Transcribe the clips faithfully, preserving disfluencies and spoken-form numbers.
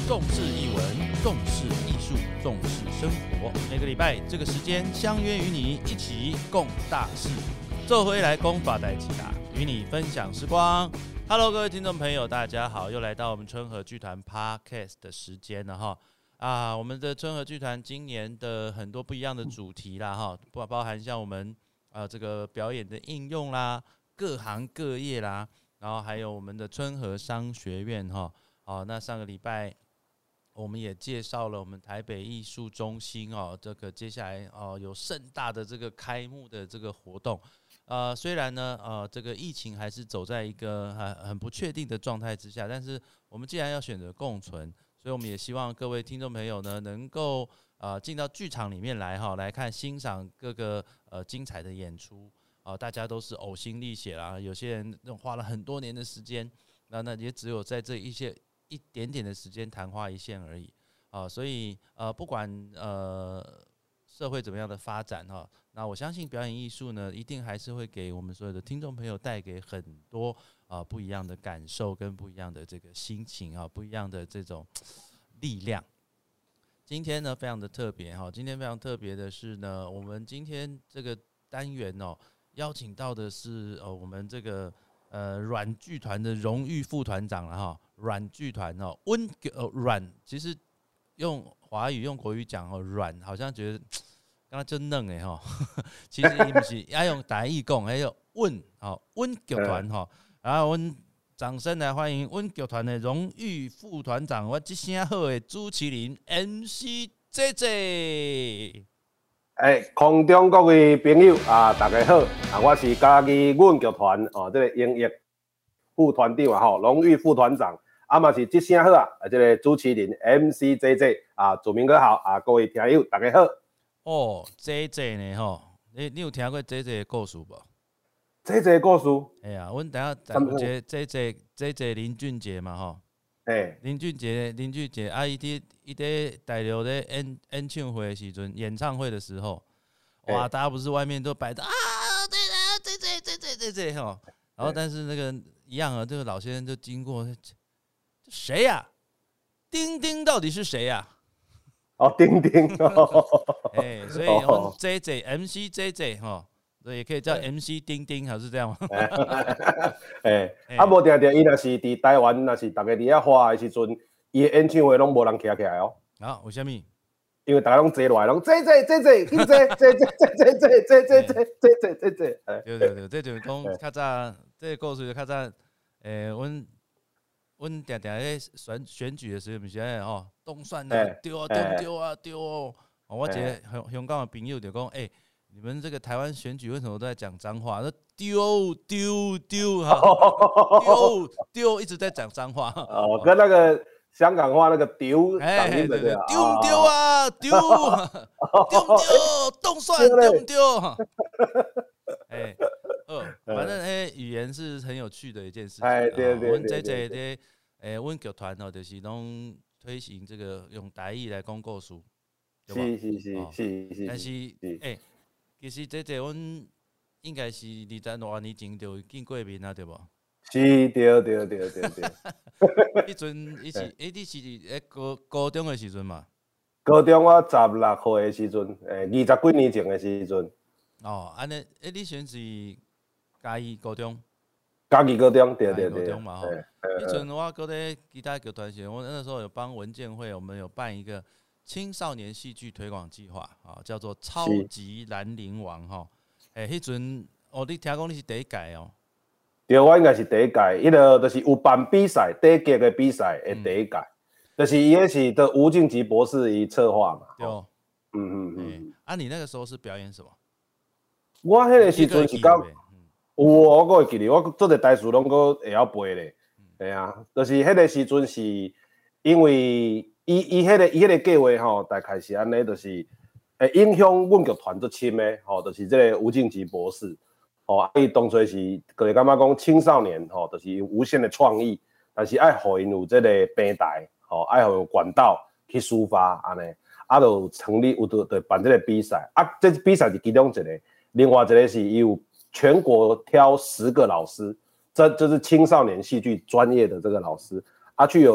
重视艺文，重视艺术，重视生活。每个礼拜这个时间，相约与你一起共大事，做回来共发代志啦，与你分享时光。Hello， 各位听众朋友，大家好，又来到我们春和剧团 Podcast 的时间了哈。啊，我们的春和剧团今年的很多不一样的主题啦哈，包包含像我们呃这个表演的应用啦，各行各业啦，然后还有我们的春和商学院哈。哦，那上个礼拜我们也介绍了我们台北艺术中心哦，这个接下来哦有盛大的这个开幕的这个活动。呃，虽然呢，呃，这个疫情还是走在一个很很不确定的状态之下，但是我们既然要选择共存，所以我们也希望各位听众朋友呢，能够呃进到剧场里面来哈，来看欣赏各个呃精彩的演出啊、呃，大家都是呕心沥血啦，有些人花了很多年的时间，那那也只有在这一些一点点的时间昙花一现而已啊、呃，所以呃，不管呃社会怎么样的发展哈。那我相信表演艺术呢，一定还是会给我们所有的听众朋友带给很多啊、呃、不一样的感受跟不一样的这个心情啊，不一样的这种力量。今天呢非常的特别哈，今天非常特别的是呢，我们今天这个单元哦，邀请到的是呃我们这个呃阮剧团的荣誉副团长了哈，阮剧团哦，温呃阮其实用华语用国语讲哦，阮好像觉得。刚刚真嫩哎哈，其实伊不是要用台语讲，还有温哦温剧团哈，然后我们掌声来欢迎温剧团的荣誉副团长，我一声好的主持人 M C J J。 哎，空中各位朋友啊，大家好啊，我是嘉义阮剧团哦，这个营业副团长啊吼，荣誉副团长，啊嘛是一声好啊，这个主持人 M C J J 啊，主明哥好啊，各位听友大家好。 哦 ，J J 呢吼，你你有听过 J J 的故事无 ？J J 故事？ 哎呀，阮等下有一个 J J J J 林俊杰嘛吼，哎，林俊杰林俊杰啊，伊伫伊伫大陆咧演演唱会的时阵，演唱会的时候，哇，大家不是外面都摆着啊 ，J J J J J J 吼，然后但是那个一样啊，这个老先生就经过，谁呀、啊？丁丁到底是谁呀、啊？ 哦，丁丁， 哎、欸，所以我们 J J M C J J 哈，所以也可以叫 M C 丁丁，还是这样吗？ 哎，啊，无定定伊若是伫台湾，若是大家伫遐花的时阵，伊的演唱会拢无人徛起来哦。 啊，为什么？ 因为大家拢坐落来，拢 J J J J， 紧坐 J J J J J J J J J J。 对对对，这就是讲较早，这个故事就较早，诶，阮。阮定定咧选选举的时候，毋是咧吼，动算啊，对啊，对不对啊，对哦。我一个香香港的朋友就讲，哎、欸，你们这个台湾选举为什么都在讲脏话？那丢丢丢哈，丢丢一直在讲脏话。 哦，跟那个香港话那个丢， 哎、欸，对对，丢丢啊，丢丢丢，动算丢不丢？哎。呃，反正诶，语言是很有趣的一件事情。哎， 对对对。我们在这里，诶，阮剧团哦，就是拢推行这个用台语来讲故事，对吧？ 是是是是是。 但是，诶，其实这这阮应该是二十多年前就见过面啊，对不？ 是，对对对对对。 迄阵伊是，诶，你是诶高高中的时阵嘛？ 高中我十六岁的时阵，诶，二十几年前的时阵。 哦，安尼，诶，你选是？嘉义高中， 嘉义高中，对对对。 高中嘛吼，以前我搁在其他剧团时，我那时候有帮文建会，我们有办一个青少年戏剧推广计划，啊，叫做超级兰陵王哈。诶，迄阵哦，你听讲你是第一届哦？ 对，我应该是第一届，迄个就是有办比赛，第一届的比赛的第一届，嗯、就是伊迄是的吴敬吉博士伊策划嘛。 对。 嗯嗯嗯。 啊，你那个时候是表演什么？ 我迄个时阵是讲。有，我阁会记哩，我做个台词拢阁会晓背咧，系啊，就是迄个时阵是，因为伊伊迄个伊迄个计划吼，大概是安尼，就是会影响阮剧团最深的吼，就是这个吴敬吉博士，吼，伊当初是个感觉讲青少年吼，就是有无限的创意，但是爱互因有这个平台，吼，爱互有管道去抒发安尼，啊，就成立有就就办这个比赛，啊，这比赛是其中一个，另外一个是伊有。全国挑十个老师，这这是青少年戏剧专业的这个老师，他去有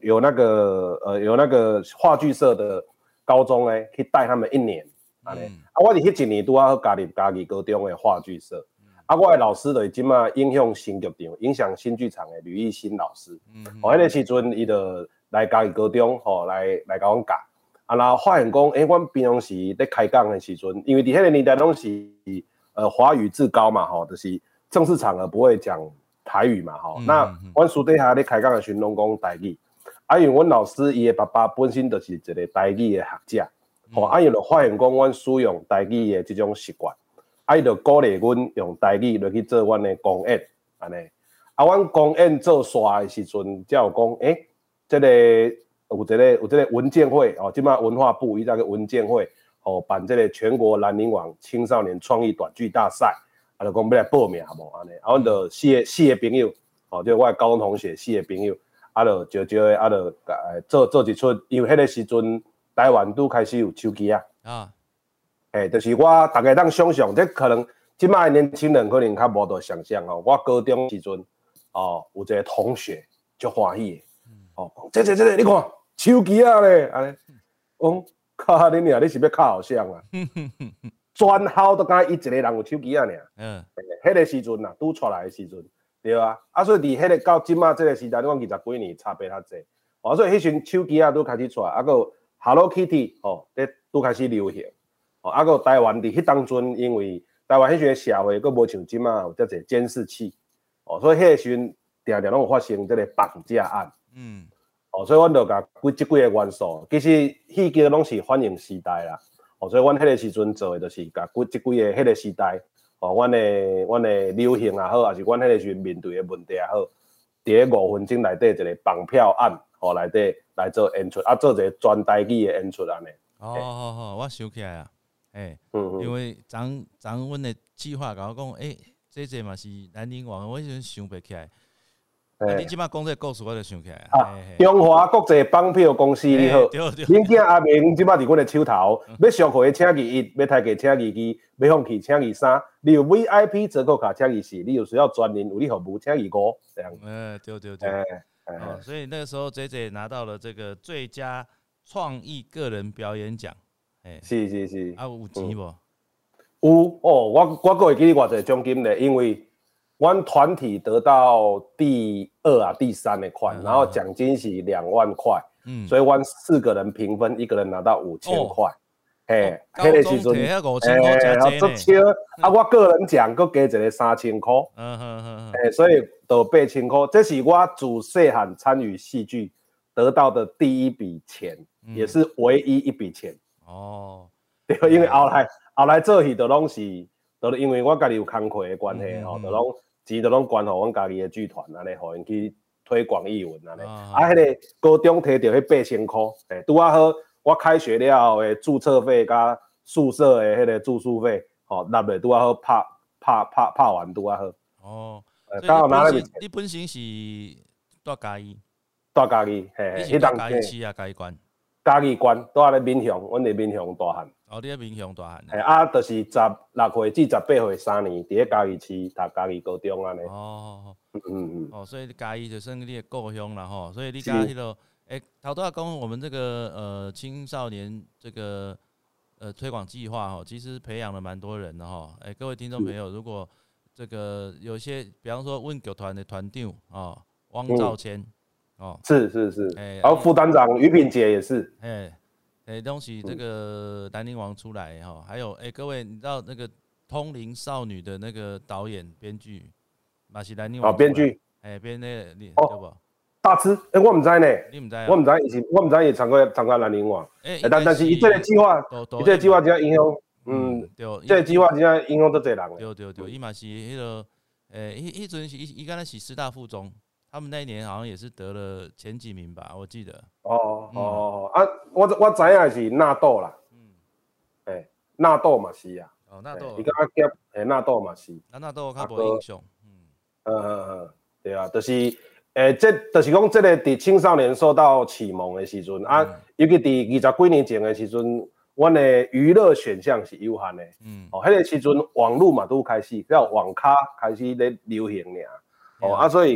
有那个呃有那个话剧社的高中呢，去带他们一年，安尼、嗯。啊，我伫迄一年拄好加入家己高中的话剧社。啊，我的老师就是即马影响新剧场、影响新剧场的吕艺新老师。嗯，哦，迄、那个时阵伊就来家己高中，吼、哦，来来甲阮教。啊，然后发现讲，诶、欸，阮平常时咧开讲的时阵，因为伫迄个年代拢是呃华语至高嘛，吼、哦，就是正式场合不会讲台语嘛，吼、哦。嗯、那阮私底下咧开讲的时阵拢讲台语。啊，因为阮老师伊的爸爸本身就是一个台语的学者，吼、嗯，啊，伊就发现讲，阮使用台语的这种习惯。啊，伊就鼓励阮用台语落去做阮的公演，安尼。啊，阮公演做煞的时阵，才有讲，诶、欸，这个有一个有这个文建会哦，即马文化部伊那个文建会哦，办这个全国兰陵网青少年创意短剧大赛，啊，就讲要来报名无安尼。啊，阮就四个四个朋友，哦，就我的高中同学四个朋友，啊，就招招的，啊，就做做一出，因为迄个时阵台湾拄开始有手机啊。啊。诶，就是我大概当想象，这可能即摆年轻人可能较无得想象哦。我高中时阵哦，有一个同学足欢喜的，哦，这这这，你看手机啊咧，安尼，讲靠你娘，你是要靠后相啊？全校都敢伊一个人有手机啊尔。嗯，迄个时阵呐，拄出来的时阵，对啊。啊，所以伫迄个到即摆这个时代，我二十几年差别较济。哦，所以迄阵手机啊都开始出来，啊个 Hello Kitty 哦，咧都开始流行。哦，啊个台湾伫迄当阵，因为台湾迄阵社会佫无像即马有遮侪监视器，哦，所以迄个时阵定定拢有发生即个绑架案。嗯，哦，所以阮就甲几即几个元素，其实戏剧拢是反映时代啦。哦，所以阮迄个时阵做的就是甲几即几个迄个时代，哦，阮的阮的流行也好，还是阮迄个时阵面对的问题也好，伫个五分钟内底一个绑票案，哦，内底来做演出，啊，做一个全台语的演出安尼。 哦，好好，我想起来啊。诶、欸，因为昨昨阮的计划甲我讲，诶、欸，这这嘛是兰陵王，我迄阵想不起来。欸、啊，你即摆讲这个故事，我就想起来啊。欸、 中华国际绑票公司你好，恁囝阿明即摆伫阮的手头，嗯、要上课请二一，要台价请二二，要放弃请二三，你有 V I P 折扣卡请二四，你有需要专人有你服务请二五，这样。 嗯，对对对。欸欸哦、所以那个时候 J J 拿到了这个最佳创意个人表演奖。 欸、是是是， 啊有钱无、嗯？ 有哦，我我个会记偌济奖金咧，因为阮团体得到第二啊、第三的款，嗯、然后奖金是两万块，嗯，所以阮四个人平分，一个人拿到五千块，嘿，迄个时阵， 诶，五千块真多呢。啊，我个人奖佫加一个三千块，嗯嗯嗯，诶，所以得八千块，这是我自细汉参与戏剧得到的第一笔钱，嗯、也是唯一一笔钱。哦，对，因为后来后来做戏，就拢是，都因为我家己有工课的关系吼，就拢钱就拢捐互阮家己的剧团，安尼互因去推广艺文安尼。啊，迄个高中摕到迄八千块，诶，拄啊好，我开学了的注册费加宿舍的迄个住宿费，吼，纳落拄啊好拍拍拍拍完拄啊好。 哦，刚好拿那笔钱。你本身是住嘉义， 住嘉义，嘿， 迄当嘉义市啊，嘉义县。 嘉义县住咧闽乡，阮伫闽乡大汉。 哦，你咧闽乡大汉。 嘿，啊，就是十六岁至十八岁三年，伫咧嘉义市读嘉义高中安尼。哦，嗯嗯嗯。 哦，所以嘉义就算你的故乡啦吼，所以你甲迄个，诶，头拄仔讲我们这个呃青少年这个呃推广计划吼，其实培养了蛮多人的吼。诶，各位听众朋友，如果这个有些，比方说问剧团的团长哦，汪兆谦。嗯哦，是是是，欸、然后副团长于品杰也是， 哎哎，东西这个兰陵王出来哈、哦，还有哎、欸，各位你知道那个《通灵少女》的那个导演编剧马西兰陵王， 哦，编剧， 哎编那个你对不？大师，哎、欸，我唔知呢， 你唔知、啊， 我唔知以前我唔知伊参过参过兰陵王，哎、欸，但但是伊这个计划，伊这个计划真影响，嗯，嗯对，这个计划真影响得侪人， 对对对，伊嘛是迄个，诶，迄迄阵是伊伊刚才是师大附中。他们那一年好像也是得了前几名吧，我记得。 哦、嗯、哦啊，我我知影是纳豆啦，嗯，诶，纳豆嘛是啊， 哦纳豆， 伊刚刚夹诶纳豆嘛是， 那纳豆我较无印象，嗯， 嗯嗯嗯，对啊，就是诶，这就是讲这个伫青少年受到启蒙的时阵、嗯、啊，尤其伫二十几年前的时阵，阮的娱乐选项是有限的，嗯，哦，迄、那个时阵网络嘛都开始，叫网咖开始咧流行尔。哦啊，所以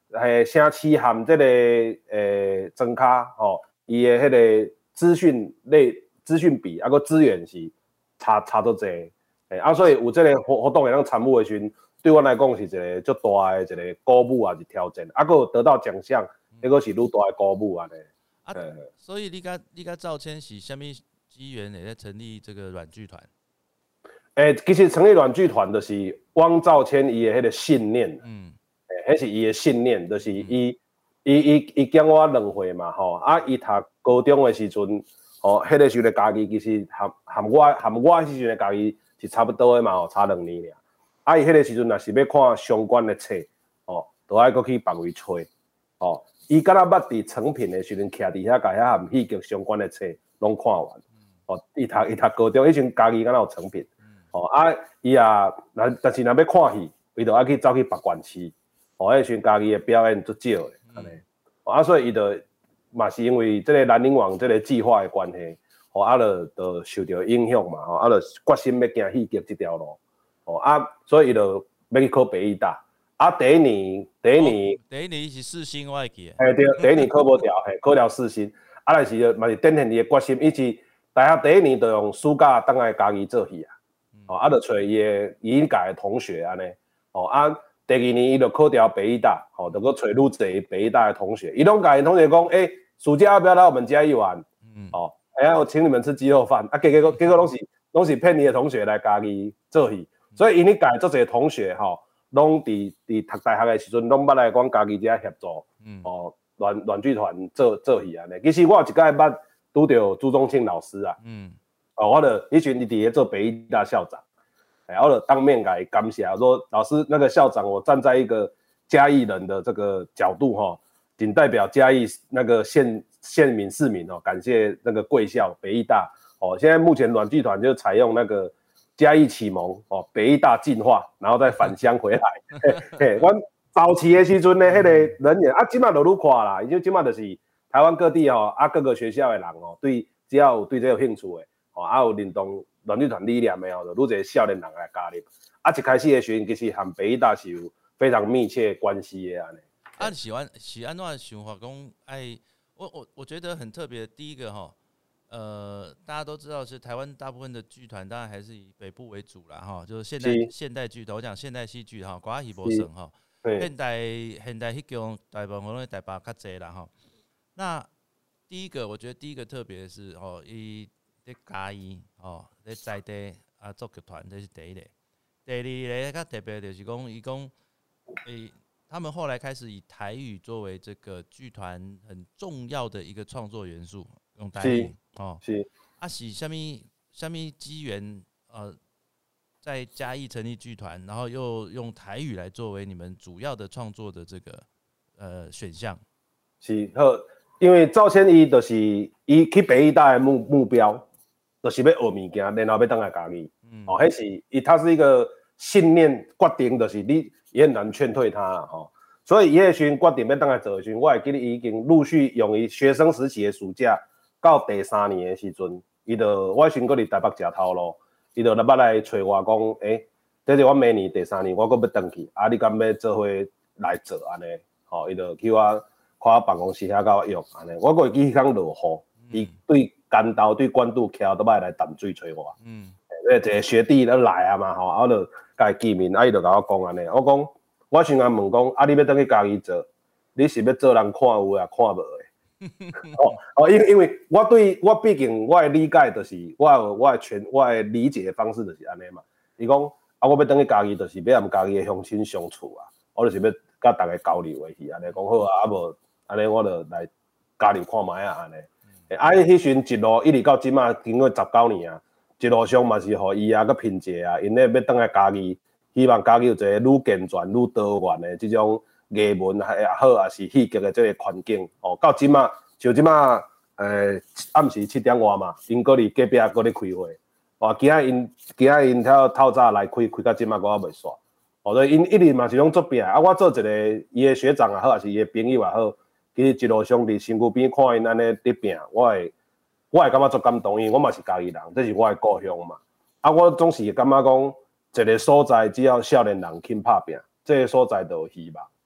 诶，城市含这个诶庄卡吼，伊的迄个资讯类资讯比，啊个资源是差差足济，诶啊，所以有这个活活动会当参与的时阵，对我来讲是一个足大的一个鼓舞啊，是挑战，啊，个得到奖项，迄个是愈大的鼓舞安尼。 啊，所以你甲你甲赵谦是虾米机缘会在成立这个软剧团？ 诶，其实成立软剧团就是汪兆谦伊的迄个信念， 嗯， 诶，迄是伊的信念，就是伊伊伊伊教我两岁嘛，吼，啊，伊读高中的时阵，吼，迄个时阵家己其实含含我含我迄时阵家己是差不多的嘛，吼，差两年尔。啊，伊迄个时阵若是要看相关的册，吼，都爱搁去别位找，吼。伊敢若捌伫成品的时阵，徛伫遐，甲遐含戏剧相关的册拢看完。哦，伊读伊读高中，以前家己敢若有成品。哦，啊，伊也，但但是若要看戏，伊就爱去走去别县市。哦，迄时阵家己的表演足少的，安尼。哦，啊，所以伊就嘛是因为这个兰陵王这个计划的关系，哦，啊，就就受到影响嘛，吼，啊，就决心要行戏剧这条路。哦，啊，所以伊就要去考北艺大。啊，第一年，第一年， 哦、第一年是四星，我会记。 嘿，对，第一年考无掉，嘿，考了四星。啊，但是嘛是展现伊的决心，以及大学第一年就用暑假当来家己做戏啊。哦，啊，就找伊的伊家的同学安尼。哦，啊，第二年伊就考掉北艺大，哦，就搁找愈侪北艺大的同学，伊拢甲因同学讲，诶、欸，暑假要不要来我们家一玩？嗯，哦，哎、欸、呀，我请你们吃鸡肉饭。啊，结果结果拢是拢是骗你的同学来家己做戏，所以因伊家做侪同学吼。哦拢伫伫读大学的时阵，拢捌来讲家己遮协助，嗯、哦，软软剧团做做戏安尼。其实我有一届捌拄到朱宗庆老师啊，嗯，哦，我就迄阵伊伫咧做北艺大校长，哎，我就当面甲伊感谢，说老师那个校长，我站在一个嘉义人的这个角度哈、哦，仅代表嘉义那个县县民市民哦，感谢那个贵校北艺大哦。现在目前软剧团就采用那个。嘉义启蒙哦，北艺大进化，然后再返乡回来。嘿，阮早期的时阵呢，迄个人员啊，即马就愈看啦，因为即马就是台湾各地吼、哦，啊各个学校的人哦，对只要有对这有兴趣的，哦，啊有认同软剧团理念的哦，就愈侪少年人来加入。啊，一开始的时阵，其实和北艺大是有非常密切关系的安尼。 啊，喜欢是安怎想法讲？哎，我我我觉得很特别。第一个哈。呃，大家都知道是台湾大部分的剧团，当然还是以北部为主啦，哈，就是现代现代剧团，我讲现代戏剧哈，歌仔戏无算哈，现代现代戏剧大部分可能台北较济啦哈。那第一个，我觉得第一个特别的是哦，伊在嘉义哦，在在地啊做剧团，这是第一个。第二个较特别就是讲，伊讲诶，他们后来开始以台语作为这个剧团很重要的一个创作元素，用台语。哦，是啊，是虾米虾米机缘呃，在嘉义成立剧团，然后又用台语来作为你们主要的创作的这个呃选项。 是好，因为赵谦伊就是伊去北艺大的目目标，就是要学物件，然后要当来家己。嗯，哦，迄是伊他是一个信念决定，就是你也很难劝退他吼、哦。所以伊迄时阵决定要当来做的时阵，我会记得伊已经陆续用伊学生时期的暑假。到第三年的时阵，伊就我先搁伫台北食头路，伊就来捌来找我讲，诶、欸，这是我明年第三年我搁要转去，啊，你敢要做伙来做安尼？吼，伊就去我看我办公室遐甲我约安尼，我搁会记迄天落雨，伊、嗯、对干道对关渡徛都捌来淡水找我，嗯，诶、欸，一个学弟咧来啊嘛，吼，啊，我就甲伊见面，啊，伊就甲我讲安尼，我讲，我先甲问讲，啊，你要转去家己做，你是要做人看有啊，看无的？哦哦，因为因为我对我毕竟我的理解就是我有我的全我的理解的方式就是安尼嘛。伊讲啊，我要等去家己，就是要和家己的乡亲相处啊，我就是要甲大家交流的去安尼。讲好啊，啊无安尼我就来加入看卖啊安尼。嗯、啊，迄时阵一路一直到即马经过十九年啊，一路上嘛是互伊啊个评价啊，因咧要等来家己，希望家己有一个愈健全愈多元的即种。艺文也好，也是戏剧的这个环境哦。到即马，像即马，呃，暗时七点外嘛，因搁伫隔壁搁咧开会。哦，今仔因今仔因透透早来开，开到即马我还袂煞。哦，所以因一直嘛是拢做拼啊。我做一个伊的学长也好，也是伊的朋友也好，其实一路上伫身躯边看因安尼咧拼，我会我会感觉足感动，因为我嘛是家己人，这是我的故乡嘛。啊，我总是感觉讲，一个所在只要少年人肯拍拼，这个所在就有希望。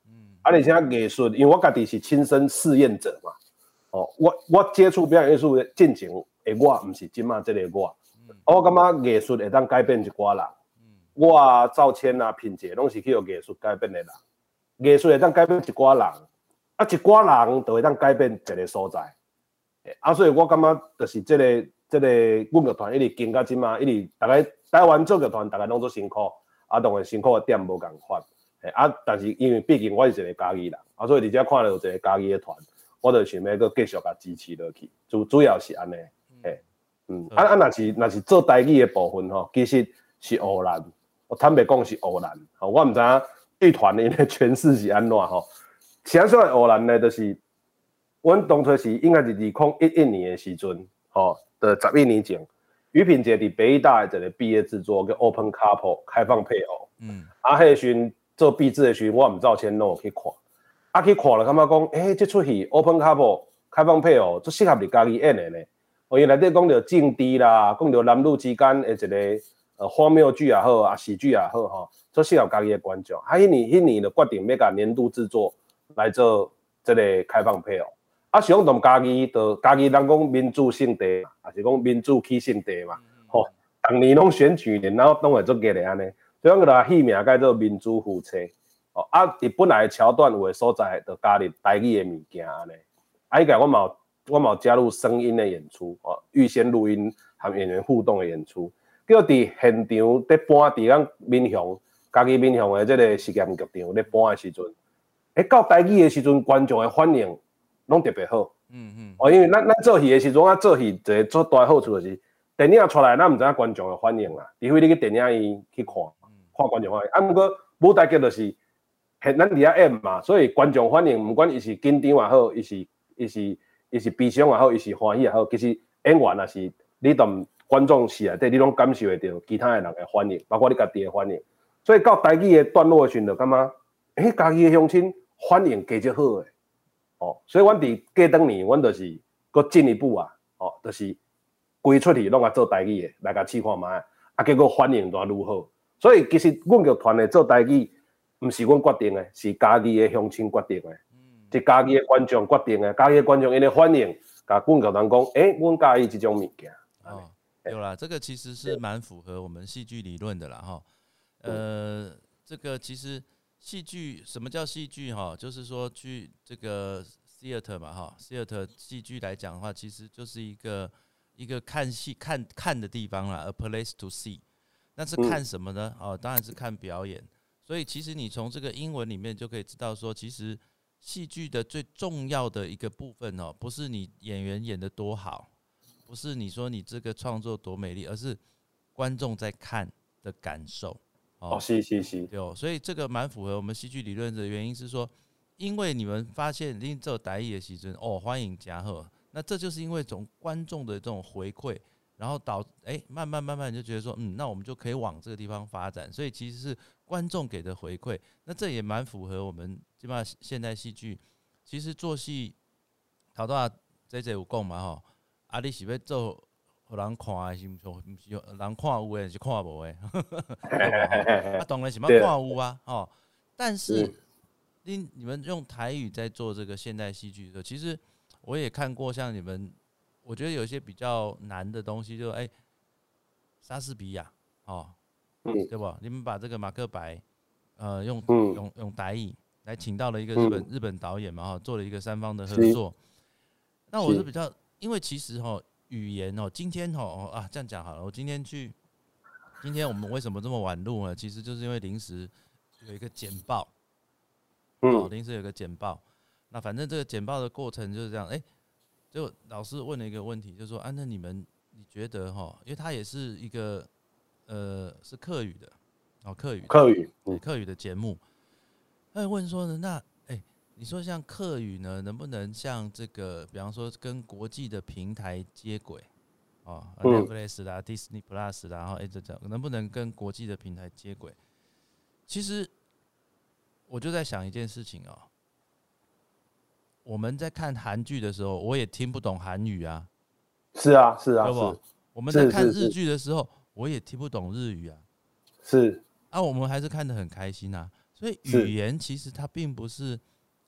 啊，而且艺术，因为我家己是亲身试验者嘛，哦，我我接触表演艺术的进程的我，唔是今嘛这个我，嗯、我感觉艺术会当改变一寡人，嗯、我啊赵谦啊品杰拢是去用艺术改变的人，艺术会当改变一寡人，啊一寡人就会当改变一个所在，啊，所以我感觉就是这个这个阮乐团一直经到今嘛，一直大家台湾做乐团，大家拢做辛苦，啊，当然辛苦的点无共款。啊！但是因为毕竟我是一个家己人，啊，所以而且看到一个家己的团，我就想要搁继续甲支持落去。主主要是安尼，嘿，嗯，啊啊，若是若是做台语的部分吼，其实是偶然。我坦白讲是偶然，吼，我唔知影剧团的诠释是安怎吼。啥说偶然呢？就是阮当初是应该是二零一一年的时阵，吼，的十一年前，于品杰伫北艺大的一个毕业制作叫 Open Couple 开放配偶，嗯，啊，迄个时阵。做毕制的时候，我唔照签拢有去看，啊去看了，感觉讲，诶、欸，这出戏 Open Couple 开放配偶，最适合伫家己演的呢。哦，因内底讲到政治啦，讲到男女之间的一个呃荒谬剧也好，啊喜剧也好，吼，最适合家己的观众。啊，迄年迄年就决定要甲年度制作来做这个开放配偶。啊，想同家己，就家己人讲民主圣地，还是讲民主起圣地嘛，吼、哦，逐年拢选举年，然后拢会做个咧安尼。所以讲个戏名叫做民主夫妻，哦啊，伫本来的桥段有的所在，就加入台语的物件安尼。啊，伊个我嘛我嘛加入声音的演出，哦，预先录音和演员互动的演出。叫伫现场伫搬伫咱民雄，家己民雄的这个实验剧场咧搬的时阵，诶，到台语的时阵，观众的反应拢特别好。嗯嗯。哦，因为咱咱做戏的时阵，啊做戏一个最大的好处就是，电影出来，咱唔知影观众的反应啦，除非你去电影院去看。看观众反应，啊，不过舞台剧就是现咱伫遐演嘛，所以观众反应，不管伊是紧张也好，伊是伊是伊是悲伤也好，伊是欢喜也好，其实演员也是你同观众戏内底，你拢感受会到其他的人的反应，包括你家己的反应。所以到台语的段落的时阵，就感觉，诶、欸，家己的乡亲反应加足好诶，哦，所以阮伫过当年，阮就是搁进一步啊，哦，就是规出去拢甲做台语的，来甲试看卖，啊，结果反应都愈好。所以其实阮剧团的做台语，唔是阮决定的，是家己的乡亲决定的，嗯、是家己的观众决定的。家己的观众因的反应，甲阮剧团讲，诶、欸，阮介意这种物件。 哦，有啦，这个其实是蛮符合我们戏剧理论的啦，哈。呃，这个其实戏剧什么叫戏剧哈？就是说去这个 theater 嘛，哈 ，theater 戏剧来讲的话，其实就是一个一个看戏看看的地方啦 ，a place to see。那是看什么呢？哦，当然是看表演。所以其实你从这个英文里面就可以知道说，其实戏剧的最重要的一个部分哦，不是你演员演得多好，不是你说你这个创作多美丽，而是观众在看的感受。 哦，是是是， 对哦。所以这个蛮符合我们戏剧理论的原因是说，因为你们发现你做台语的时阵，哦，欢迎加贺，那这就是因为从观众的这种回馈。然后导哎，慢慢慢慢就觉得说，嗯，那我们就可以往这个地方发展。所以其实是观众给的回馈，那这也蛮符合我们基本上现代戏剧。其实做戏，头拄仔这这有讲嘛吼，啊，你是要做互人看的，是毋是人看有的，是看无的，啊，当然是要看有啊，吼。但是你你们用台语在做这个现代戏剧的时候，其实我也看过像你们。我觉得有一些比较难的东西，就哎，莎士比亚哦，嗯、对不？你们把这个马克白，呃，用、嗯、用用台语来请到了一个日本、嗯、日本导演嘛，哈，做了一个三方的合作。那我是比较，因为其实哈，语言哦，今天哦啊，这样讲好了，我今天去，今天我们为什么这么晚录呢？其实就是因为临时有一个简报，哦，临时有一个简报，那反正这个简报的过程就是这样，哎。就老师问了一个问题，就说啊，那你们你觉得哈，因为他也是一个呃是客语的，哦客语客语对客语的节目，他问说呢，那哎、欸，你说像客语呢，能不能像这个，比方说跟国际的平台接轨，哦 ，Netflix 啦、Disney Plus 啦，然后哎这这能不能跟国际的平台接轨？其实我就在想一件事情哦。我们在看韩剧的时候，我也听不懂韩语啊。 是啊，是啊， 对不？我们在看日剧的时候，我也听不懂日语啊。 是啊，我们还是看得很开心啊。所以语言其实它并不是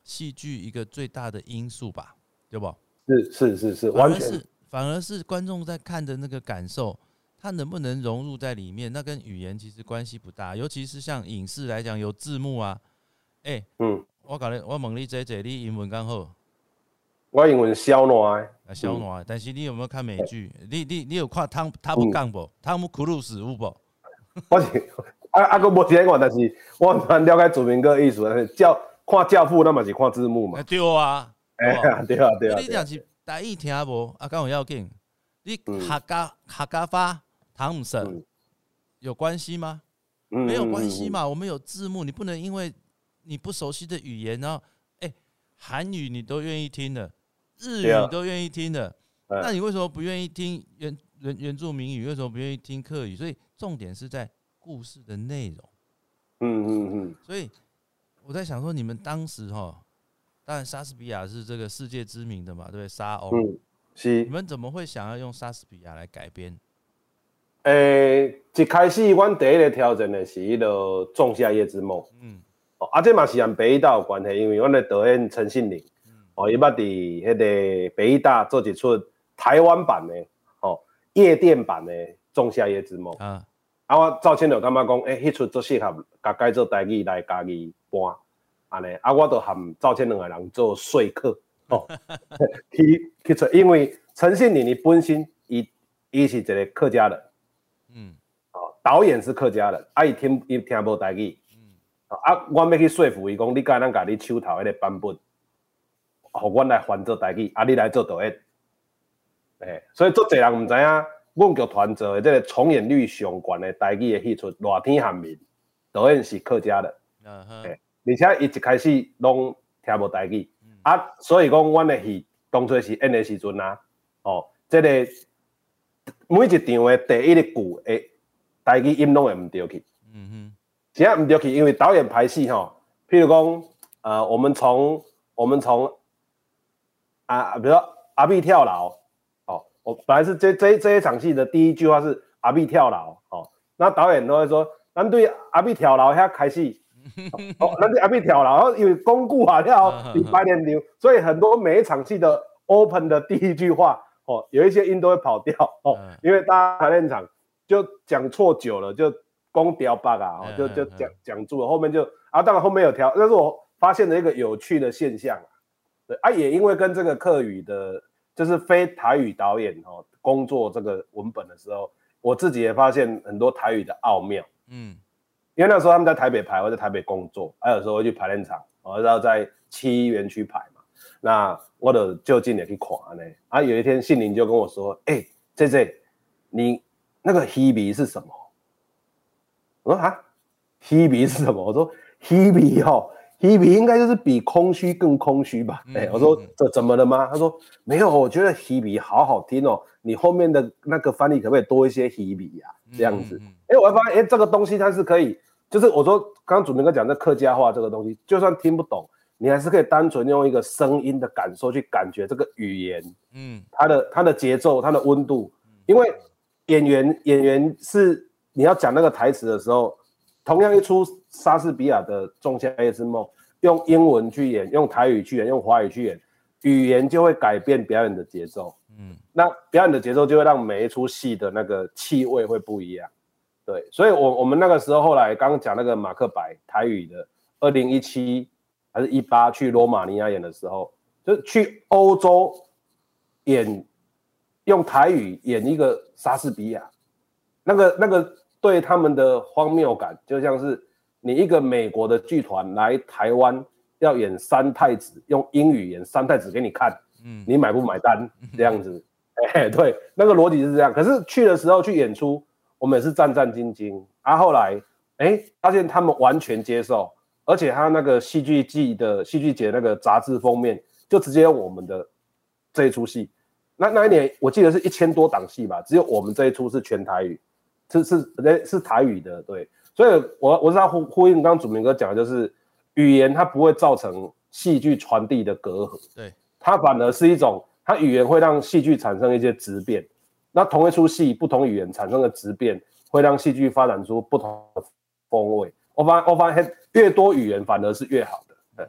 戏剧一个最大的因素吧，对不？ 是是是是，完全是反而是观众在看的那个感受，他能不能融入在里面，那跟语言其实关系不大。尤其是像影视来讲，有字幕啊，哎、欸，嗯，我搞你，我问你这这，你英文刚好？ 我英文小烂的， 啊小烂、嗯，但是你有没有看美剧？欸、你你你有看汤汤姆杠不？汤姆克鲁斯有不？ 我是啊啊，个无时间看，但是我蛮了解主明哥意思，但是教看教父，那嘛是看字幕嘛。 对啊， 哎呀，对啊对啊。 你讲是台语听无？啊，敢有要紧？你客家客家话汤姆森、嗯、有关系吗？嗯、没有关系嘛。我们有字幕，你不能因为你不熟悉的语言，然后哎，韩语你都愿意听的，日语你都愿意听的，啊、那你为什么不愿意听原原原住民语？为什么不愿意听客语？所以重点是在故事的内容。嗯嗯嗯。所以我在想说，你们当时哈，当然莎士比亚是这个世界知名的嘛，对不对？莎翁。嗯，是。你们怎么会想要用莎士比亚来改编？ 诶、欸，一开始阮第一个挑战的是迄个《仲夏夜之梦》。嗯。哦，啊，这嘛是和北艺大有关系，因为阮的导演陈信玲，嗯、哦，伊捌伫迄个北艺大做一出台湾版的，哦，夜店版的《仲夏夜之梦》。啊。啊，我赵千就感觉讲，诶、欸，迄出最适合甲改做台语来家己搬，安尼。啊，我就和赵千两个人做说客，哦，去去出，因为陈信玲伊本身伊伊是一个客家人。嗯，哦，导演是客家人，啊，伊听伊听无台语，嗯，啊，我要去说服伊讲，你甲咱家己手头迄个版本，互阮来翻做台语，啊，你来做导演，诶、欸，所以足侪人毋知影，阮剧团做的这个重演率上悬的台语的戏出《热天寒眠》，导演是客家人，嗯哼，欸、而且伊一开始拢听无台语，嗯、啊，所以讲阮的戏当初是演的时阵啊，哦，这个。每一场的第一个句的台语音拢会唔对去，嗯哼，现在唔对去，因为导演排戏吼，譬如讲，呃，我们从我们从啊，比如说阿碧跳牢，哦，我本来是这这这一场戏的第一句话是阿碧跳牢，哦，那导演都会说，咱对阿碧跳牢遐开始，哦，咱对阿碧跳牢，然后因为巩固啊了，你白脸牛，所以很多每一场戏的 open 的第一句话。哦，有一些音都会跑掉哦，嗯、因为大家排练场就讲错久了，就公调 bug 啊，嗯、就就讲讲住了，后面就啊，当然后面有调，那是我发现的一个有趣的现象啊。对啊，也因为跟这个客语的，就是非台语导演哦，工作这个文本的时候，我自己也发现很多台语的奥妙。嗯，因为那时候他们在台北排，我在台北工作，还、啊、有时候会去排练场，我要在七一园区排。那我就就近的去看呢，啊，有一天信玲就跟我说：“哎、欸，这这，你那个 Hebe 是什么？”我说：“啊 ，Hebe 是什么？”我说 ：“Hebe 哦 ，Hebe 应该就是比空虚更空虚吧？”哎、欸，我说：“这怎么了吗？”他说：“没有，我觉得 Hebe 好好听哦，你后面的那个翻译可不可以多一些 Hebe 呀、啊？这样子。哎、欸，我会发现，哎、欸，这个东西它是可以，就是我说刚刚主明哥讲的客家话这个东西，就算听不懂。”你还是可以单纯用一个声音的感受去感觉这个语言，嗯，它的它的节奏、它的温度，因为演员演员是你要讲那个台词的时候，同样一出莎士比亚的《仲夏夜之梦》，用英文去演，用台语去演，用华语去演，语言就会改变表演的节奏，嗯，那表演的节奏就会让每一出戏的那个气味会不一样，对，所以我我们那个时候后来刚刚讲那个马克白台语的二零一七。还是一八去罗马尼亚演的时候，就去欧洲演，用台语演一个莎士比亚，那个那个对他们的荒谬感，就像是你一个美国的剧团来台湾要演三太子，用英语演三太子给你看，嗯，你买不买单？这样子，哎、欸，对，那个逻辑是这样。可是去的时候去演出，我们也是战战兢兢，啊，后来哎、欸，发现他们完全接受。而且他那个戏剧季的戏剧节那个杂志封面就直接用我们的这一出戏，那那一年我记得是一千多档戏吧，只有我们这一出是全台语，是是是台语的，对，所以我我是要呼呼应刚刚祖明哥讲的，就是语言它不会造成戏剧传递的隔阂，对，它反而是一种，它语言会让戏剧产生一些质变，那同一出戏不同语言产生的质变，会让戏剧发展出不同的风味。我发我发现越多语言反而是越好的。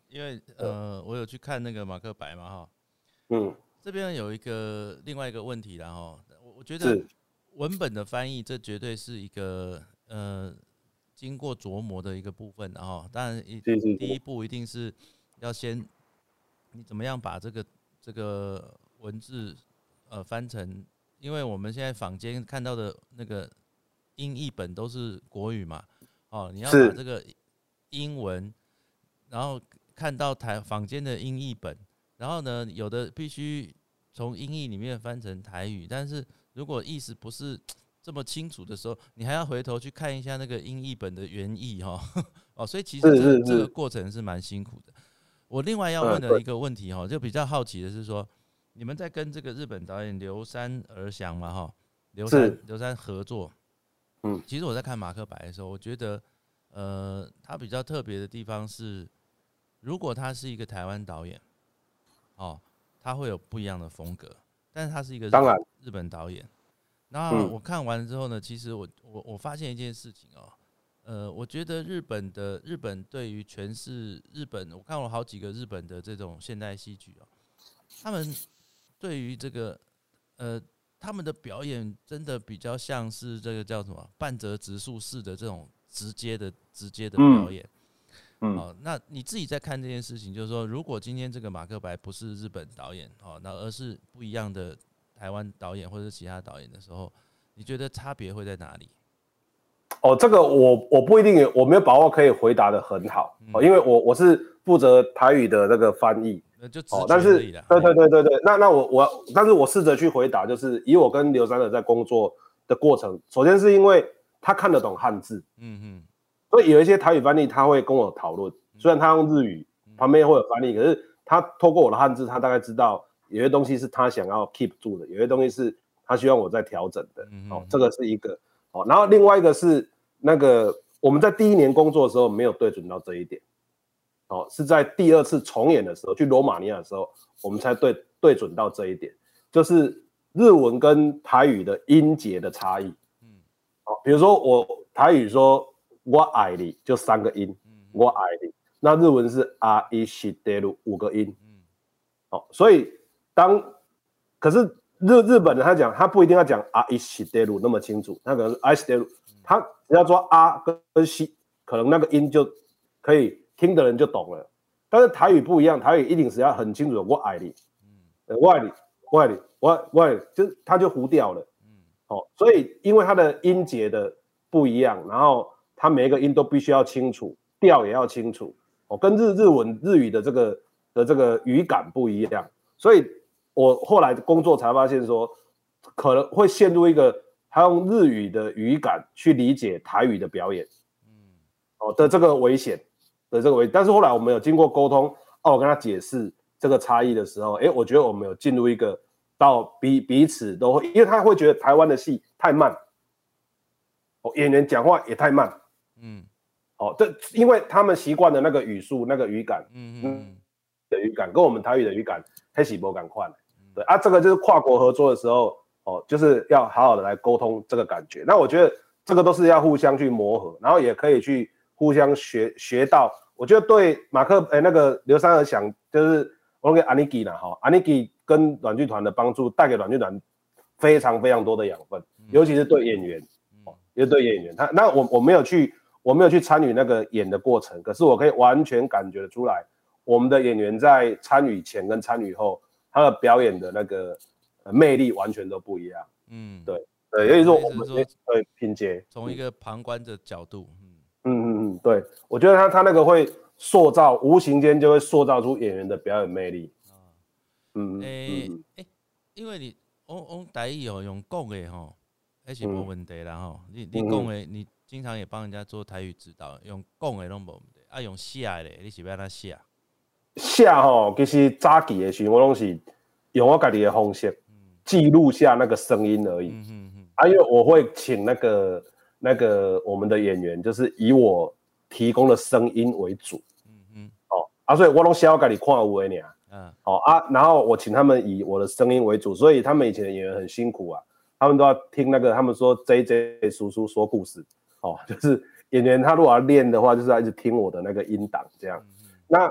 因为呃，我有去看那个马克白嘛哈， 嗯， 这边有一个另外一个问题啦哈，我我觉得文本的翻译这绝对是一个呃经过琢磨的一个部分，然后当然第一步一定是要先你怎么样把这个这个文字呃翻成，因为我们现在坊间看到的那个英译本都是国语嘛，哦，你要把这个英文，然后看到台坊间的英译本，然后呢，有的必须从英译里面翻成台语，但是如果意思不是这么清楚的时候，你还要回头去看一下那个英译本的原意哈，哦，所以其实这个这个过程是蛮辛苦的。我另外要问的一个问题哈，就比较好奇的是说，你们在跟这个日本导演流山而祥嘛哈，流山流山合作，嗯，其实我在看马克白的时候，我觉得。呃，他比较特别的地方是，如果他是一个台湾导演，哦，他会有不一样的风格，但是他是一个日本日本导演。那我看完之后呢，其实我我我发现一件事情哦，呃，我觉得日本的日本对于诠释日本，我看了好几个日本的这种现代戏剧哦，他们对于这个呃他们的表演真的比较像是这个叫什么半泽直树式的这种。直接的直接的表演，嗯，好、哦，那你自己在看这件事情，就是说，如果今天这个马克白不是日本导演，哦，那而是不一样的台湾导演或者其他导演的时候，你觉得差别会在哪里？ 哦，这个我我不一定，我没有把握可以回答得很好，嗯、哦，因为我我是负责台语的那个翻译， 那就直觉而已啦。 对对对对对，那那我我，但是我试着去回答，就是以我跟刘三的在工作的过程，首先是因为。他看得懂汉字，嗯嗯，所以有一些台语翻译他会跟我讨论，虽然他用日语，旁边会有翻译，可是他透过我的汉字，他大概知道有些东西是他想要 keep 住的，有些东西是他希望我在调整的，哦，这个是一个，哦，然后另外一个是那个我们在第一年工作的时候没有对准到这一点，哦，是在第二次重演的时候，去罗马尼亚的时候，我们才对对准到这一点，就是日文跟台语的音节的差异。比如说我台语说我爱你就三个音，我爱你，那日文是阿伊西德鲁五个音，哦，所以当可是日日本人他讲他不一定要讲阿伊西德鲁那么清楚，他可能是阿伊西德鲁，他只要说阿跟西，可能那个音就可以听的人就懂了。但是台语不一样，台语一定是要很清楚的，我爱你，我爱你，我爱你，我我爱你，就他就糊掉了。哦，所以因为它的音节的不一样，然后它每一个音都必须要清楚，调也要清楚。哦，跟日日文日语的这个的这个语感不一样，所以我后来工作才发现说，可能会陷入一个他用日语的语感去理解台语的表演，嗯，哦的这个危险的这个危险。但是后来我们有经过沟通，哦，我跟他解释这个差异的时候，哎，我觉得我们有进入一个。到彼彼此都会，因为他会觉得台湾的戏太慢，哦，演员讲话也太慢，嗯，哦，这因为他们习惯的那个语速、那个语感，嗯嗯的语感，跟我们台语的语感还是不赶快，对啊，这个就是跨国合作的时候，哦，就是要好好的来沟通这个感觉。那我觉得这个都是要互相去磨合，然后也可以去互相学学到。我觉得对马克哎那个刘三儿想就是我给安妮基啦哈，安妮基。跟软剧团的帮助带给软剧团非常非常多的养分，尤其是对演员，也对演员。他那我我没有去我没有去参与那个演的过程，可是我可以完全感觉得出来，我们的演员在参与前跟参与后，他的表演的那个魅力完全都不一样。嗯，对对，所以说我们会拼接， 从一个旁观的角度， 嗯嗯嗯嗯，对，我觉得他他那个会塑造，无形间就会塑造出演员的表演魅力。 嗯诶诶，因为你我我台语哦用讲的吼，还是无问题啦吼。你你讲的，你经常也帮人家做台语指导，用讲的拢无问题。啊，用写的，你是要安怎写？ 写吼，其实早期的时候我拢是用我家己的方式记录下那个声音而已。嗯嗯嗯。啊，因为我会请那个那个我们的演员，就是以我提供的声音为主。嗯嗯。哦，啊，所以我拢写我家己看有的尔。嗯，好啊，然后我请他们以我的声音为主，所以他们以前的演员很辛苦啊，他们都要听那个，他们说 J J 叔叔说故事，哦，就是演员他如果要练的话，就是要一直听我的那个音档这样。嗯、那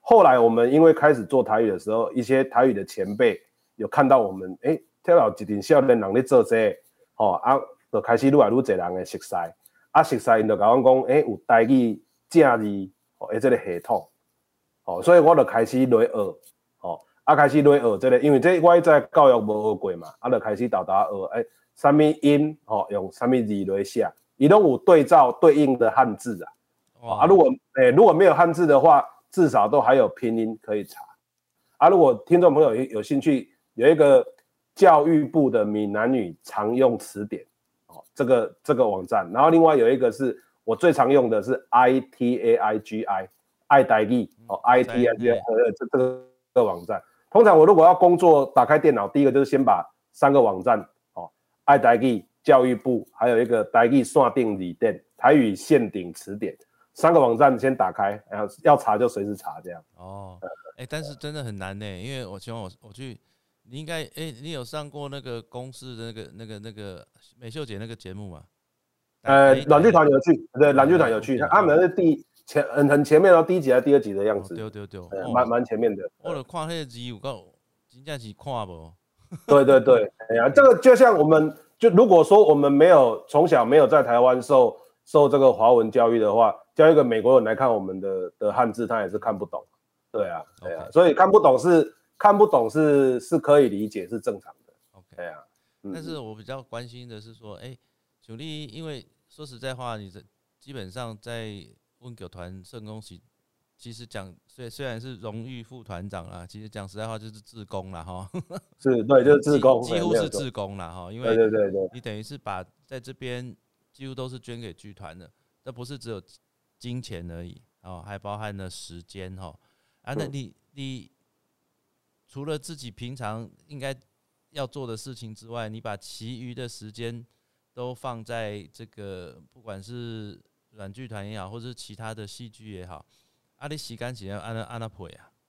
后来我们因为开始做台语的时候，一些台语的前辈有看到我们，哎，听到一群少年人在做这个，哦啊，就开始愈来愈多人的熟悉，啊熟悉，因就甲我讲，哎，有台语正字哦，诶，这个系统，哦，所以我就开始来学，哦，啊开始来学这个，因为这我在教育无学过嘛，啊就开始豆豆学，哎，什么音，哦，用什么字来写，伊拢有对照对应的汉字啊，哦、啊，如果诶如果没有汉字的话，至少都还有拼音可以查。啊，如果听众朋友有有兴趣，有一个教育部的闽南语常用词典，哦，这个这个网站，然后另外有一个是我最常用的是 I T A I G I 爱台语哦 I T A I G I 呃这这个这个网站，通常我如果要工作打开电脑，第一个就是先把三个网站哦爱台语教育部，还有一个台语线顶字典台语线顶词典。三个网站先打开，然后要查就随时查这样。 哦，哎、欸，但是真的很难呢，因为我希望我我去，你应该哎、欸，你有上过那个公视的那个那个那个美秀姐那个节目吗？ 呃，软剧团有去，对，软剧团有去，他们是第前很很前面哦，第一集还是第二集的样子。 对对对， 蛮蛮前面的。 我就看那个字有够，真正是看无。 对对对，哎呀，这个就像我们就如果说我们没有从小没有在台湾受受这个华文教育的话。叫一个美国人来看我们的的汉字，他也是看不懂，对啊，对啊， okay. 所以看不懂是看不懂是是可以理解，是正常的 ，OK， 对啊。 嗯、但是我比较关心的是说，哎、欸，像你，因为说实在话，你基本上在温狗团圣公喜，其实讲虽虽然是荣誉副团长啦，其实讲实在话就是志工啦哈。 是，对，就是志工， 几乎是志工啦哈，因为对对对， 你等于是把在这边几乎都是捐给剧团的，这不是只有金钱而已哦，还包含了时间哈啊。那你你除了自己平常应该要做的事情之外，你把其余的时间都放在这个不管是软剧团也好，或者是其他的戏剧也好，啊，你时间是要按按怎配啊？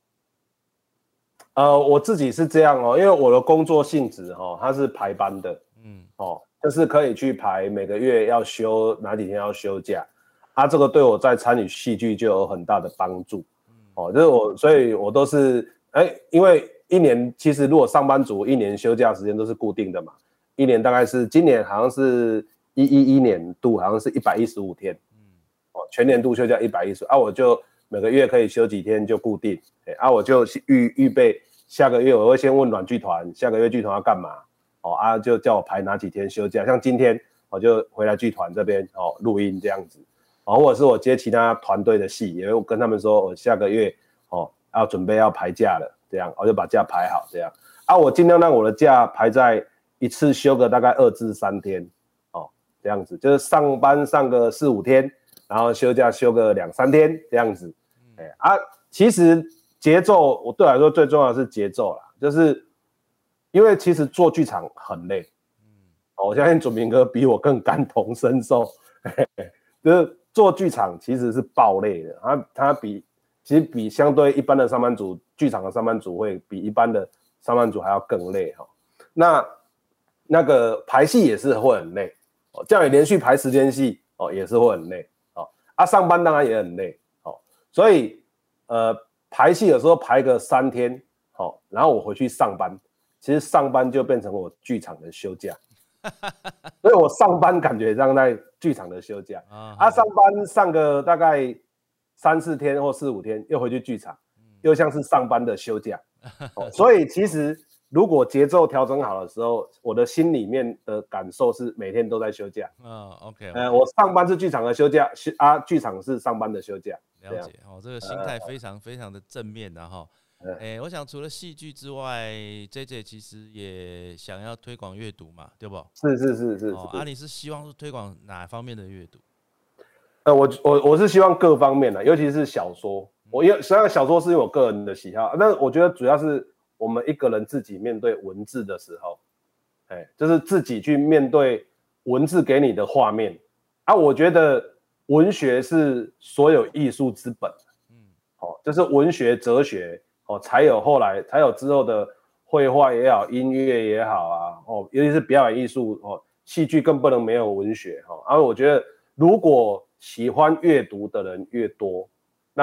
呃，我自己是这样哦，因为我的工作性质哦，它是排班的，嗯，哦，就是可以去排每个月要休哪几天要休假。啊，这个对我在参与戏剧就有很大的帮助，哦，就是我，所以我都是，哎、欸，因为一年其实如果上班族一年休假时间都是固定的嘛，一年大概是今年好像是一一一年度好像是一百一十五天，哦，全年度休假一百一十，啊，我就每个月可以休几天就固定，哎、欸，啊，我就预预备下个月我会先问软剧团下个月剧团要干嘛，哦，啊，就叫我排哪几天休假，像今天我就回来剧团这边哦录音这样子。哦，或者是我接其他团队的戏，也会跟他们说，我下个月哦要准备要排假了，这样我就把假排好，这样啊，我尽量让我的假排在一次休个大概二至三天，哦，这样子就是上班上个四五天，然后休假休个两三天这样子，哎、嗯、啊，其实节奏我对我来说最重要的是节奏啦，就是因为其实做剧场很累，嗯，哦，我相信准明哥比我更感同身受，嘿嘿就是做剧场其实是爆累的，它它比其实比相对一般的上班族，剧场的上班族会比一般的上班族还要更累哈。那那个排戏也是会很累，哦，叫你连续排时间戏哦也是会很累哦。啊，上班当然也很累哦，所以呃排戏有时候排个三天，哦，然后我回去上班，其实上班就变成我剧场的休假。所以我上班感觉像在剧场的休假，啊，啊上班上个大概三四天或四五天，又回去剧场，又像是上班的休假。哦、所以其实如果节奏调整好的时候，我的心里面的感受是每天都在休假。 嗯 ，OK，, okay. 呃，我上班是剧场的休假，啊，剧场是上班的休假。 了解，哦，这个心态非常非常的正面的哈。欸、我想除了戏剧之外 ，J J 其实也想要推广阅读嘛，对不？ 是是是是。 哦，啊，你是希望是推广哪方面的阅读？ 呃，我我我是希望各方面的，尤其是小说。我因为实际上小说是因为我个人的喜好，但我觉得主要是我们一个人自己面对文字的时候，哎，就是自己去面对文字给你的画面啊。我觉得文学是所有艺术之本，嗯，哦，就是文学、哲学。哦，才有后来，才有之后的绘画也好，音乐也好啊，哦，尤其是表演艺术哦，戏剧更不能没有文学哈。然后我觉得，如果喜欢阅读的人越多，那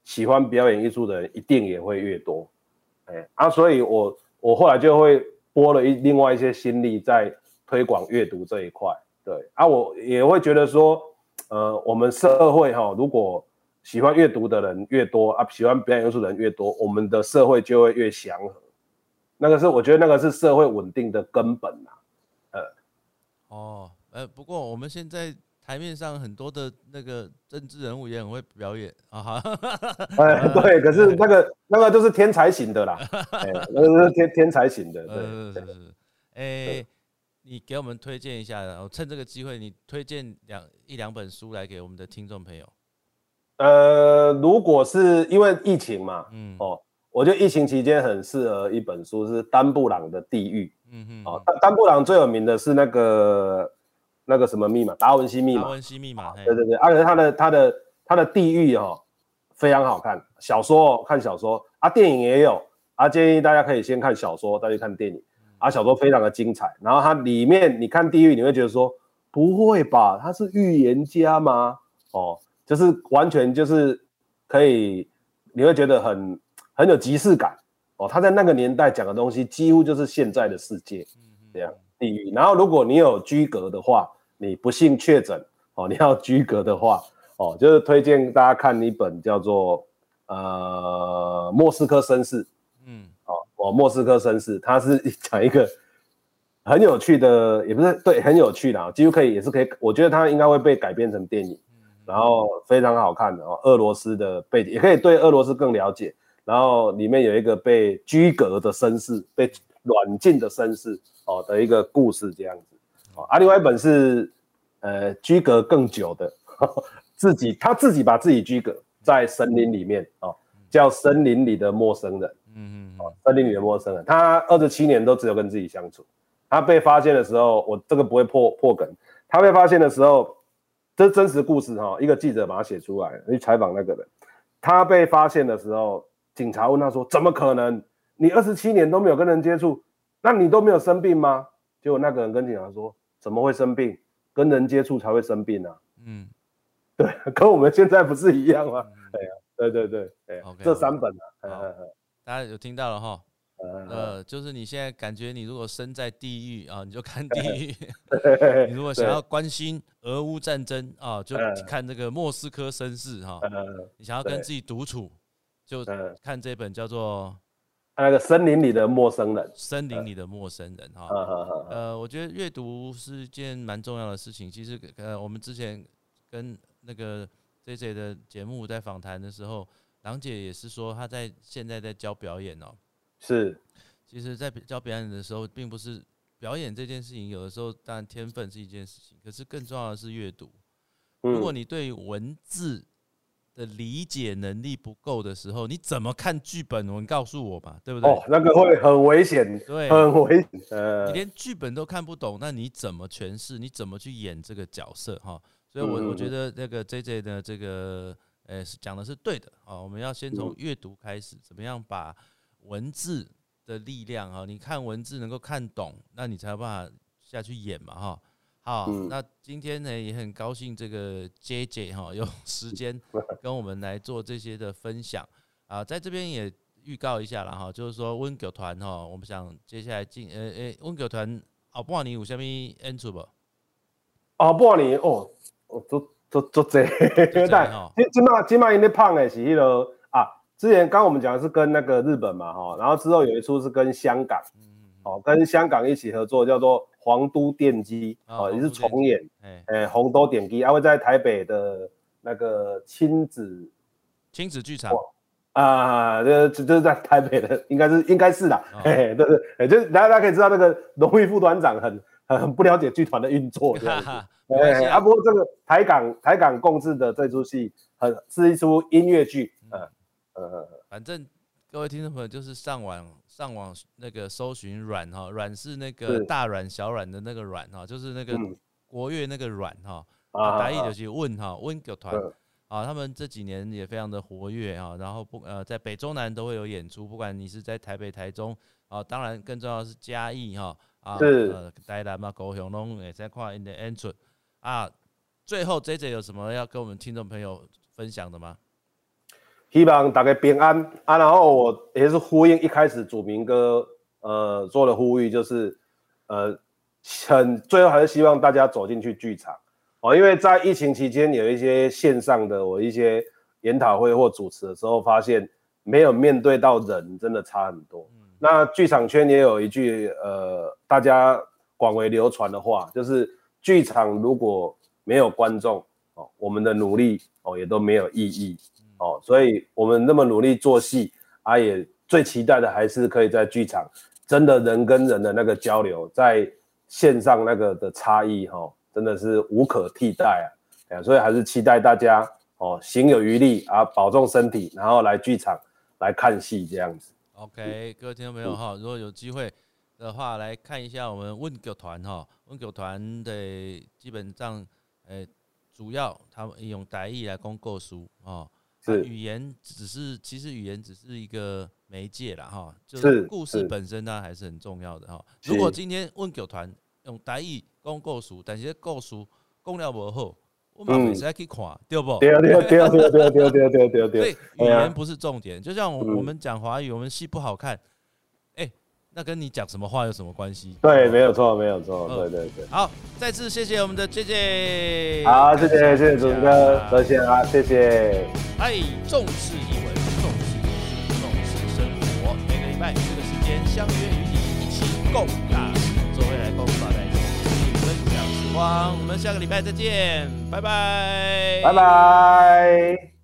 喜欢表演艺术的人一定也会越多。哎，啊，所以我我后来就会拨了一另外一些心力在推广阅读这一块。对啊，我也会觉得说，呃，我们社会哈，如果喜欢阅读的人越多啊，喜欢表演艺术的人越多，我们的社会就会越祥和。那个是我觉得那个是社会稳定的根本啊。呃， 哦，呃，不过我们现在台面上很多的那个政治人物也很会表演啊哈。 哎，对，可是那个那个就是天才型的啦，哎，那个是天天才型的，对。 呃，是是，哎，你给我们推荐一下，然后趁这个机会，你推荐两一两本书来给我们的听众朋友。 呃，如果是因为疫情嘛， 嗯， 哦，我觉得疫情期间很适合一本书是丹布朗的《地狱》。 嗯哼， 哦，丹丹布朗最有名的是那个那个什么密码，达文西密码。 达文西密码， 对对对，而且他的他的他的《地狱》哦，非常好看。小说哦，看小说啊，电影也有啊，建议大家可以先看小说，再去看电影啊。小说非常的精彩，然后它里面你看《地狱》，你会觉得说不会吧，他是预言家吗？哦。就是完全就是可以，你会觉得很很有即视感哦。他在那个年代讲的东西，几乎就是现在的世界这样地狱。然后如果你有居隔的话，你不幸确诊哦，你要居隔的话哦，就是推荐大家看一本叫做呃《莫斯科绅士》。嗯，哦哦，《莫斯科绅士》它是讲一个很有趣的，也不是对，很有趣的，几乎可以也是可以，我觉得它应该会被改编成电影。然后非常好看的哦，俄罗斯的背景也可以对俄罗斯更了解。然后里面有一个被居隔的绅士，被软禁的绅士哦的一个故事这样子。哦，啊，另外一本是呃居隔更久的，呵呵自己他自己把自己居隔在森林里面哦，叫《森林里的陌生人》。嗯嗯，哦，森林里的陌生人，他二十七年都只有跟自己相处。他被发现的时候，我这个不会破破梗。他被发现的时候。这是真实故事哈，一个记者把它写出来，去采访那个人。他被发现的时候，警察问他说：“怎么可能？你二十七年都没有跟人接触，那你都没有生病吗？”结果那个人跟警察说：“怎么会生病？跟人接触才会生病啊！”嗯，对，跟我们现在不是一样吗？哎呀，对对对，哎，这三本啊， 大家有听到了哈。呃，就是你现在感觉你如果身在地狱啊，你就看地狱；你如果想要关心俄乌战争啊，就看这个莫斯科绅士哈。你想要跟自己独处，就看这本叫做那个森林里的陌生人。 森林里的陌生人哈。呃，我觉得阅读是件蛮重要的事情。其实呃，我们之前跟那个 J J 的节目在访谈的时候，郎姐也是说她在现在在教表演哦。 是， 其实，在教表演的时候，并不是表演这件事情，有的时候当然天分是一件事情，可是更重要的是阅读。如果你对文字的理解能力不够的时候，你怎么看剧本？你告诉我吧，对不对？ 哦，那个会很危险，对，很危险。呃， 你连剧本都看不懂，那你怎么诠释？你怎么去演这个角色？哈，所以我我觉得那个 J J 的这个，呃，讲的是对的啊。我们要先从阅读开始，怎么样把文字的力量哈，你看文字能够看懂，那你才有办法下去演嘛哈。好，嗯、那今天呢也很高兴这个 J J 哈有时间跟我们来做这些的分享啊，在这边也预告一下啦哈，就是说温狗团哈，我们想接下来进呃呃温狗团后半年有啥物演出不？ 后半年哦，哦，足足足济，但今今嘛今嘛因咧胖的是迄、那个啊。之前刚我们讲的是跟那个日本嘛，哈，然后之后有一出是跟香港，哦，跟香港一起合作，叫做《皇都电机》，哦，也是重演，哎、欸，红都电机，还会在台北的那个亲子亲子剧场啊，这就是在台北的，应该是应该是啦，哦、嘿嘿对对，哎，就是大家可以知道那个荣誉副团长很很不了解剧团的运作，这样子，哎啊，不过这个台港台港共制的这出戏，很是一出音乐剧，嗯。 呃，反正各位听众朋友就是上网上网那个搜寻阮哈，阮是那个大阮小阮的那个阮哈，就是那个国乐那个阮哈，台语就是问哈温狗团啊，他们这几年也非常的活跃啊，然后不呃在北中南都会有演出，不管你是在台北、台中啊，当然更重要的是嘉义哈啊，呃台南嘛、高雄拢也在看因的演出啊。最后 J J 有什么要跟我们听众朋友分享的吗？ 希望大家平安啊。然后我也是呼应一开始祖明哥呃做的呼吁，就是呃很最后还是希望大家走进去剧场哦，因为在疫情期间有一些线上的我一些研讨会或主持的时候，发现没有面对到人真的差很多。嗯、那剧场圈也有一句呃大家广为流传的话，就是剧场如果没有观众哦，我们的努力哦也都没有意义。哦，所以我们那么努力做戏啊，也最期待的还是可以在剧场真的人跟人的那个交流，在线上那个的差异哈、哦，真的是无可替代啊！啊所以还是期待大家哦，行有余力啊，保重身体，然后来剧场来看戏这样子。 OK， 各位听众朋友哈，如果有机会的话，来看一下我们问剧团哈，问剧团的基本上呃主要他们用台语来讲故事哦。是语言只是，其实语言只是一个媒介啦，哈，就是故事本身它还是很重要的哈。如果今天问剧团用台语讲故事，但是故事讲了不好，我嘛袂使去看，嗯、对不？ 对对对对对对对对对对。 所以语言不是重点，就像我们讲华语，我们戏不好看，哎、欸，那跟你讲什么话有什么关系？ 对，没有错，没有错，对对对。 好，再次谢谢我们的 J J。 好，谢谢谢谢主持哥，多谢啊，谢谢。 哎，重视艺文，重视艺术，重视生活。每个礼拜这个时间相约与你一起共大事，做未来共发财，与你分享时光。我们下个礼拜再见，拜拜， 拜拜。